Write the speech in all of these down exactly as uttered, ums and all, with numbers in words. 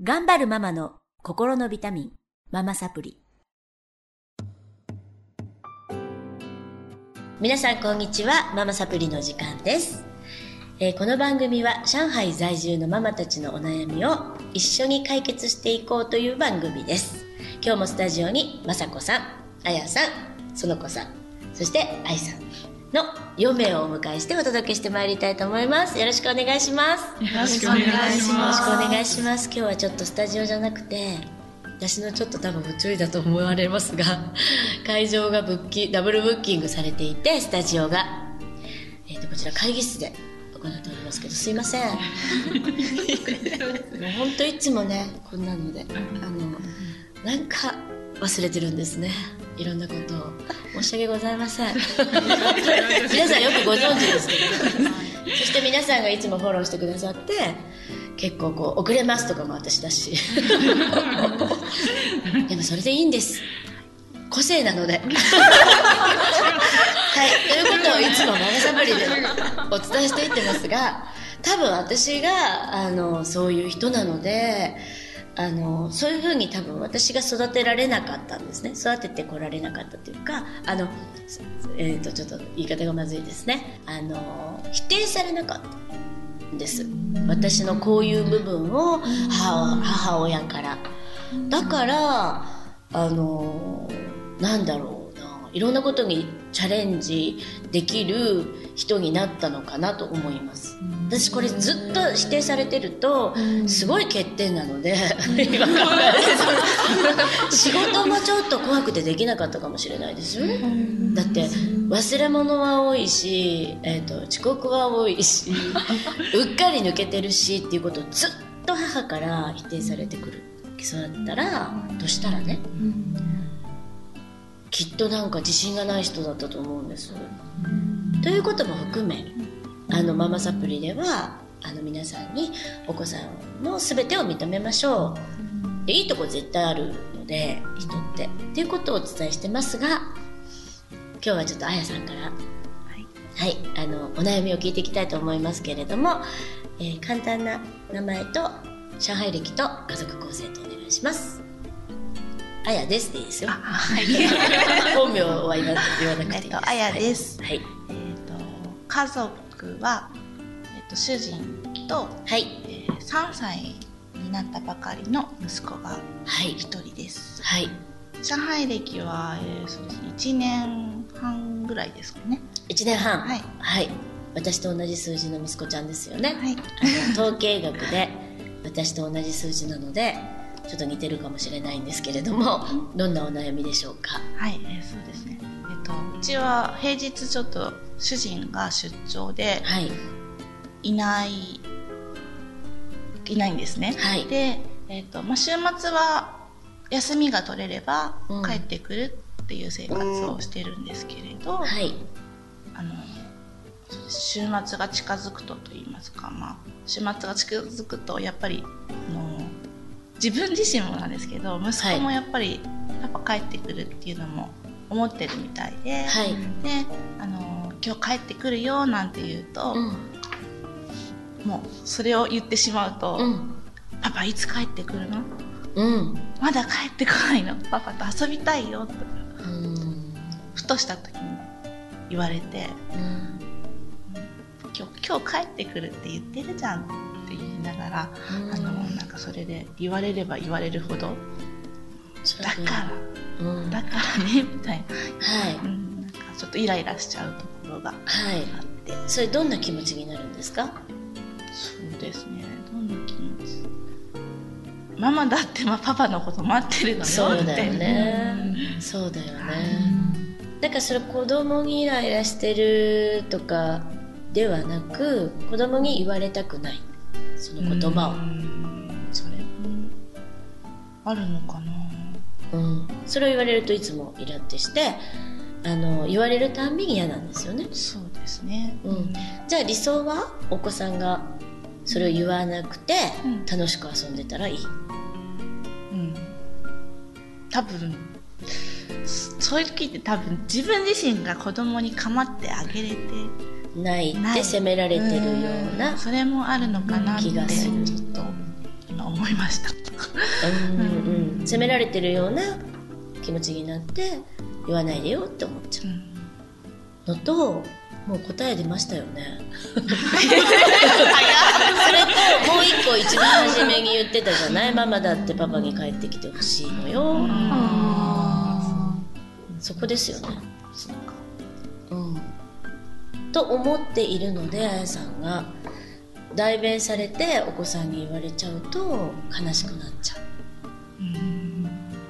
頑張るママの心のビタミン、ママサプリ。皆さんこんにちは。ママサプリの時間です。えー、この番組は上海在住のママたちのお悩みを一緒に解決していこうという番組です。今日もスタジオにまさこさん、あやさん、そのこさん、そしてあいさんのよめいをお迎えしてお届けしてまいりたいと思います。よろしくお願いします。 よろしくお願いします。 よろしくお願いします。今日はちょっとスタジオじゃなくて、私のちょっと多分不注意だと思われますが、会場がブッキダブルブッキングされていて、スタジオが、えー、とこちら会議室で行っておりますけど、すいません。もう本当いつもねこんなので、あのなんか忘れてるんですね。いろんなことを申し訳ございません。皆さんよくご存知ですけど、そして皆さんがいつもフォローしてくださって、結構こう遅れますとかも私だしでもそれでいいんです、個性なのではい、ということをいつもママサプリでお伝えしていってますが、多分私があのそういう人なので、あのそういうふうに多分私が育てられなかったんですね。育ててこられなかったというか、あの、えー、とちょっと言い方がまずいですね。あの否定されなかったんです、私のこういう部分を 母, 母親から。だからあのなんだろうな、いろんなことにチャレンジできる人になったのかなと思います。私これずっと否定されてるとすごい欠点なので今考えて仕事もちょっと怖くてできなかったかもしれないですよね。だって忘れ物は多いし、えーと、遅刻は多いしうっかり抜けてるしっていうことをずっと母から否定されてくる。そうだったらとしたらね、きっとなんか自信がない人だったと思うんです。ということも含め、あのママサプリではあの皆さんにお子さんの全てを認めましょう。で、いいとこ絶対あるので人ってっていうことをお伝えしてますが、今日はちょっとあやさんから、はい、はい、あのお悩みを聞いていきたいと思いますけれども、えー、簡単な名前と上海歴と家族構成とお願いします。あやですでいいですよ。はい、本名は言わなくていいです。 えっと、あやです。 はい。えっと家族は、えっと、主人と、 はい、 えー、さんさいになったばかりの息子がひとりです。 はい。 上海歴は、えー、そうですね、いちねんはんぐらいですかね。 いちねんはん。 はい。 はい。私と同じ数字の息子ちゃんですよね。 はい。 あの統計学で私と同じ数字なのでちょっと似てるかもしれないんですけれども、どんなお悩みでしょうか。 はい、えー、そうですね。えっとうちは平日ちょっと主人が出張でいない、はい、いないんですね。 はい。 で、えっとまあ、週末は休みが取れれば帰ってくるっていう生活をしてるんですけれど、うん、はい、あの週末が近づくとと言いますか、まあ、週末が近づくとやっぱりあの自分自身もなんですけど、息子もやっぱり、はい、パパ帰ってくるっていうのも思ってるみたいで、はい、であの今日帰ってくるよなんて言うと、うん、もうそれを言ってしまうと、うん、パパいつ帰ってくるの、うん、まだ帰ってこないの、パパと遊びたいよと、うん、ふとした時に言われて、うん、今日、今日帰ってくるって言ってるじゃんって言いながら、うん、あのなんかそれで言われれば言われるほど、だから、うん、だからねみたいな、はい、うん、なんかちょっとイライラしちゃうところがあって、はい、 それどんな気持ちになるんですか。 そうですね、どんな気持ち、ママだってまあパパのこと待ってるのよって。 そうだよね、うん、そうだよね、うん、だからそれ子供にイライラしてるとかではなく、子供に言われたくないその言葉を、うん、 それもあるのかな、 うん、それを言われるといつもイラってして、あの言われるたんびに嫌なんですよね。 そうですね、 うん、じゃあ理想はお子さんがそれを言わなくて楽しく遊んでたらいい、 うん、多分そういう時って多分自分自身が子供に構ってあげれてないって責められてるような、 それもあるのかなって気がする。 ちょっと今思いました。 うんうん、責められてるような気持ちになって言わないでよって思っちゃうのと、もう答え出ましたよねそれともう一個一番初めに言ってたじゃない、ママだってパパに帰ってきてほしいのよ。あ、そこですよね。そうか、うん、と思っているので、あやさんが代弁されてお子さんに言われちゃうと悲しくなっちゃう。うーん、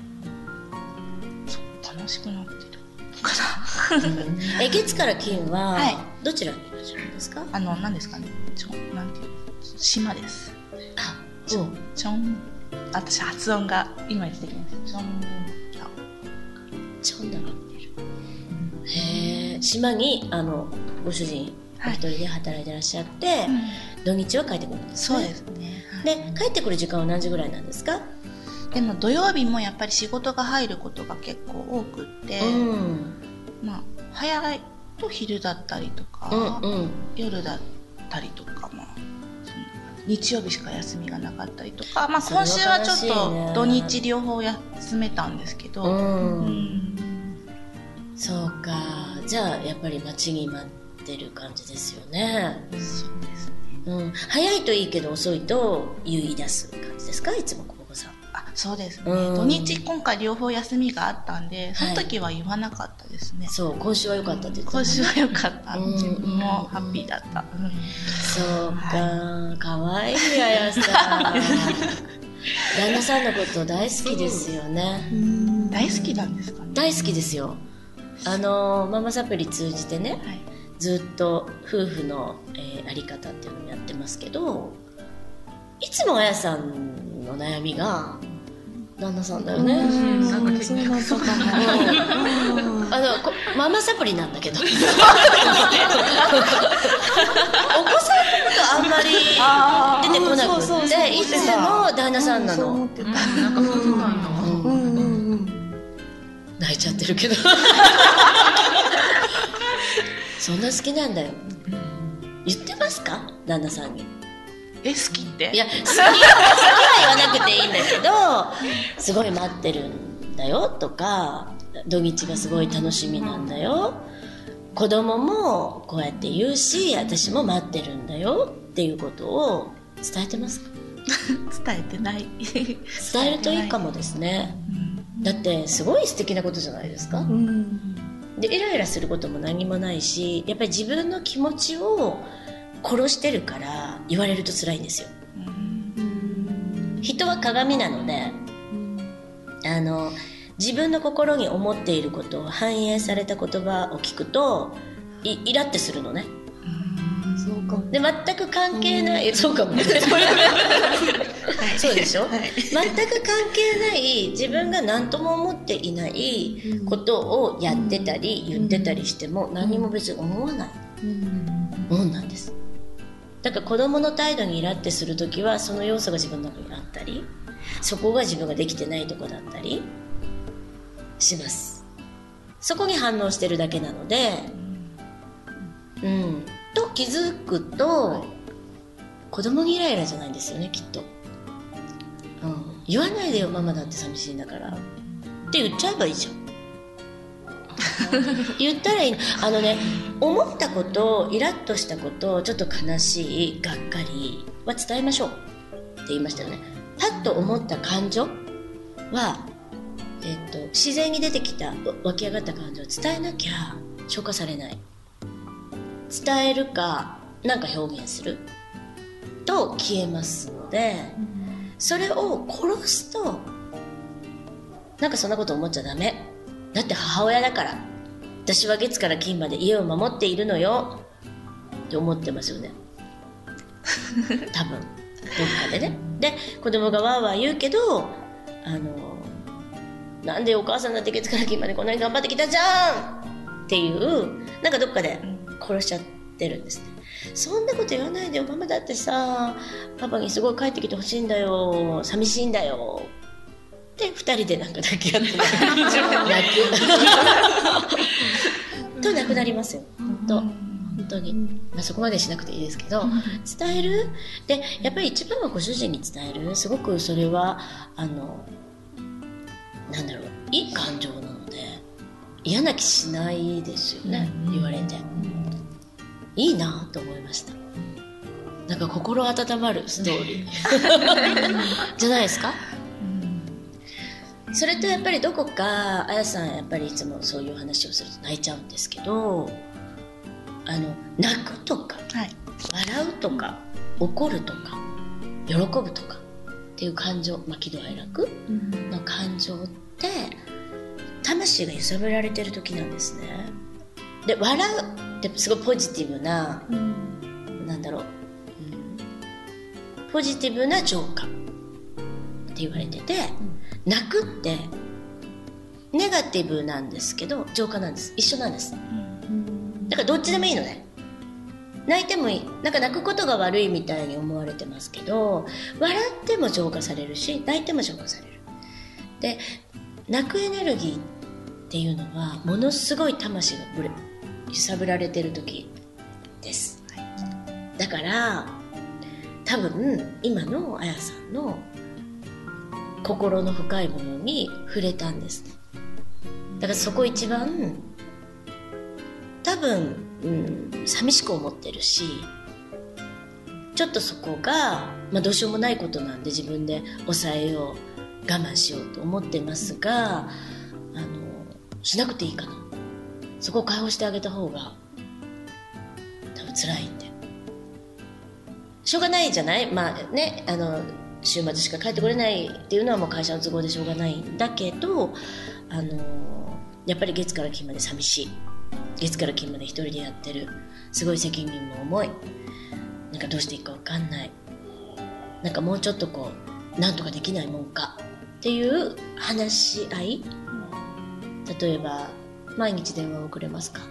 そう、楽しくなってるかなうん、え、月から金はどちらにいらっしゃるんですか？ あの、何ですかね、ちょ、なんていうの、島です。 あ、 ちょ、ちょん、私発音が今出てきます。ちょんだちょんだへえ、島にあのご主人お一人で働いてらっしゃって、はい、うん、土日は帰ってくるんですね。 そうですね、はい、 で、帰ってくる時間は何時ぐらいなんですか？ でも土曜日もやっぱり仕事が入ることが結構多くって、うん、まあ早いと昼だったりとか、うんうん、夜だったりとか、まあ日曜日しか休みがなかったりとか、まあ、今週はちょっと土日両方休めたんですけど、うんうん、 そうか、じゃあやっぱり待ちに待ってる感じですよね。 そうですね、 うん、早いといいけど遅いと言い出す感じですか、いつもここさん？ あ、そうですね、うん、土日今回両方休みがあったんで、その時は言わなかったですね、はい、 そう、今週は良かったって言ってた、ね、 今週は良かった、うん、自分もハッピーだった、うん、 そうか、はい、かわいいあやさん旦那さんのこと大好きですよね。 大好きなんですかね？ 大好きですよ。あのママサプリ通じてね、はい、ずっと夫婦の、えー、あり方っていうのをやってますけど、いつもあやさんの悩みが旦那さんだよね。うん、なんかそうなったかも。あのママサプリなんだけどお子さんのことあんまり出てこなくって、いつも旦那さんなの。うん、なんか夫婦なんだ。泣いちゃってるけどそんな好きなんだよ。言ってますか、旦那さんに？ え、好きって？ いや、好き、好きは言わなくていいんだけど、すごい待ってるんだよとか、土日がすごい楽しみなんだよ、子供もこうやって言うし私も待ってるんだよっていうことを伝えてますか？ 伝えてない伝えるといいかもですね、うん、だってすごい素敵なことじゃないですか、うん、でイライラすることも何もないし、やっぱり自分の気持ちを殺してるから言われると辛いんですよ、うん、人は鏡なので、うん、あの自分の心に思っていることを反映された言葉を聞くと イ, イラってするのね。そうかも。で全く関係ない、そうかもそうでしょ、はい、全く関係ない自分が何とも思っていないことをやってたり言ってたりしても何も別に思わないもんなんです。だから子供の態度にイラってするときはその要素が自分の中にあったり、そこが自分ができてないとこだったりします。そこに反応してるだけなので、うん、と気づくと子供にイライラじゃないんですよね、きっと、うん、言わないでよママだって寂しいんだからって言っちゃえばいいじゃん言ったらいいの。あのね、思ったこと、イラッとしたこと、ちょっと悲しい、がっかりは伝えましょうって言いましたよね。パッと思った感情は、えっと、自然に出てきた湧き上がった感情を伝えなきゃ消化されない。伝えるか何か表現すると消えますので、うん、それを殺すとなんかそんなこと思っちゃダメだって母親だから私は月から金まで家を守っているのよって思ってますよね多分どっかでね。で子供がわーわー言うけど、あのなんでお母さんだって月から金までこんなに頑張ってきたじゃんっていうなんかどっかで殺しちゃってるんですね。そんなこと言わないでよママだってさパパにすごい帰ってきてほしいんだよ寂しいんだよでふたりでなんか抱き合って泣くとなくなりますよ。ほんと本当に、まあ、そこまでしなくていいですけど、伝える。でやっぱり一番はご主人に伝える。すごくそれはあのなんだろう、いい感情なので嫌な気しないですよね、うん、言われて、うん、いいなと思いました。なんか心温まるストーリーじゃないですか、うん、それとやっぱりどこかあやさんやっぱりいつもそういう話をすると泣いちゃうんですけど、あの泣くとか、はい、笑うとか怒るとか喜ぶとかっていう感情、まあ、喜怒哀楽の感情って魂が揺さぶられてる時なんですね。で笑うってすごいポジティブな、うん、なんだろう、うん、ポジティブな浄化って言われてて、うん、泣くってネガティブなんですけど浄化なんです。一緒なんです、うん、だからどっちでもいいのね。泣いてもいい。なんか泣くことが悪いみたいに思われてますけど、笑っても浄化されるし泣いても浄化される。で泣くエネルギーっていうのはものすごい魂がぶれ揺さぶられてる時です、はい、だから多分今のあやさんの心の深いものに触れたんですね。だからそこ一番多分、うん、寂しく思ってるし、ちょっとそこが、まあ、どうしようもないことなんで自分で抑えよう我慢しようと思ってますが、あのしなくていいかな。そこを解放してあげた方が多分辛いんでしょうがないじゃない。まあね、あの週末しか帰ってこれないっていうのはもう会社の都合でしょうがないんだけど、あのやっぱり月から金まで寂しい、月から金まで一人でやってる、すごい責任も重い、なんかどうしていいか分かんない、なんかもうちょっとこうなんとかできないもんかっていう話し合い。例えば毎日電話をくれますか？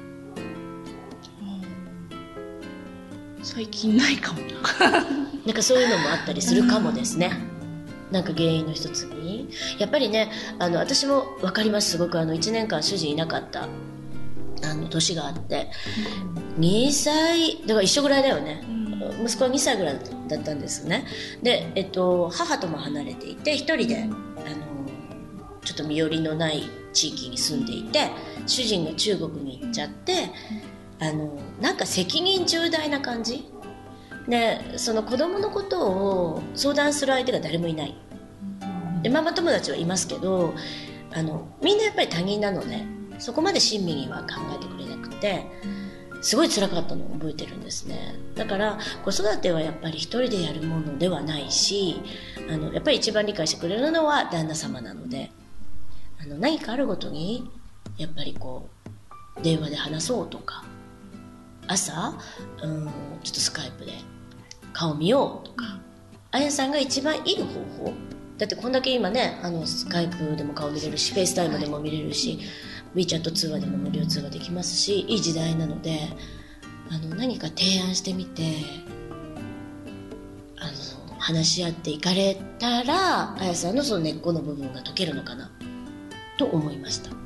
最近ないかもなんかそういうのもあったりするかもですね。なんか原因の一つにやっぱりね、あの私も分かります。すごくあのいちねんかん主人いなかったあの年があって、うん、にさいだから一緒ぐらいだよね、うん、息子はにさいぐらいだったんですね。で、えっと、母とも離れていて一人で、うん、あのちょっと身寄りのない地域に住んでいて、主人が中国に行っちゃって、あのなんか責任重大な感じで、その子供のことを相談する相手が誰もいない。でママ友達はいますけど、あのみんなやっぱり他人なのでそこまで親身には考えてくれなくて、すごい辛かったのを覚えてるんですね。だから子育てはやっぱり一人でやるものではないし、あのやっぱり一番理解してくれるのは旦那様なので、あの何かあるごとにやっぱりこう電話で話そうとか、朝、うん、ちょっとスカイプで顔見ようとか、あやさんが一番いい方法だって、こんだけ今ね、あのスカイプでも顔見れるし、フェイスタイムでも見れるし、はい、WeChat 通話でも無料通話できますし、いい時代なので、あの何か提案してみて、あの話し合っていかれたら、あやさんのその根っこの部分が解けるのかなと思いました。はい、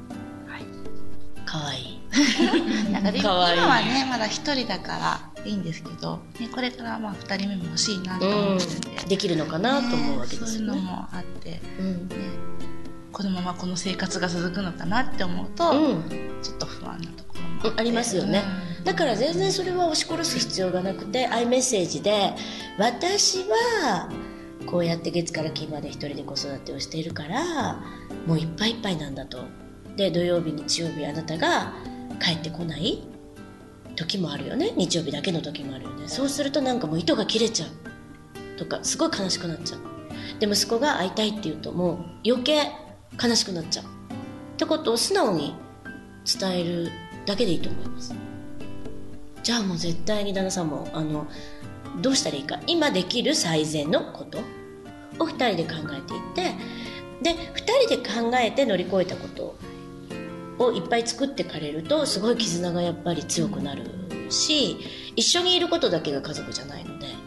かわいいなんか今はねまだ一人だからいいんですけど、ね、これからまあふたりめも欲しいなと思ってるんで、 うん、できるのかなと思うわけですよね。 そういうのもあって、うんね、このままこの生活が続くのかなって思うと、うん、ちょっと不安なところもあって、うん、 ありますよね、うん、だから全然それは押し殺す必要がなくて、アイメッセージで私はこうやって月から金まで一人で子育てをしているからもういっぱいいっぱいなんだと。で土曜日日曜日あなたが帰ってこない時もあるよね、日曜日だけの時もあるよね。そうするとなんかもう糸が切れちゃうとか、すごい悲しくなっちゃう。で息子が会いたいって言うともう余計悲しくなっちゃうってことを素直に伝えるだけでいいと思います。じゃあもう絶対に旦那さんもあのどうしたらいいか、今できる最善のことをふたりで考えていって、でふたりで考えて乗り越えたことをいっぱい作ってかれると、すごい絆がやっぱり強くなるし、一緒にいることだけが家族じゃないので、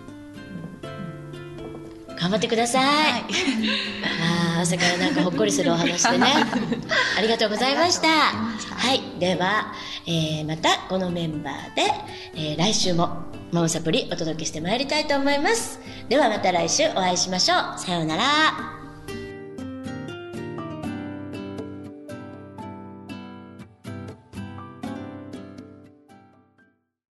頑張ってください、はい、あ朝からなんかほっこりするお話でねありがとうございました。はい。 では、えー、またこのメンバーで、えー、来週もママサプリお届けしてまいりたいと思います。ではまた来週お会いしましょう。さようなら。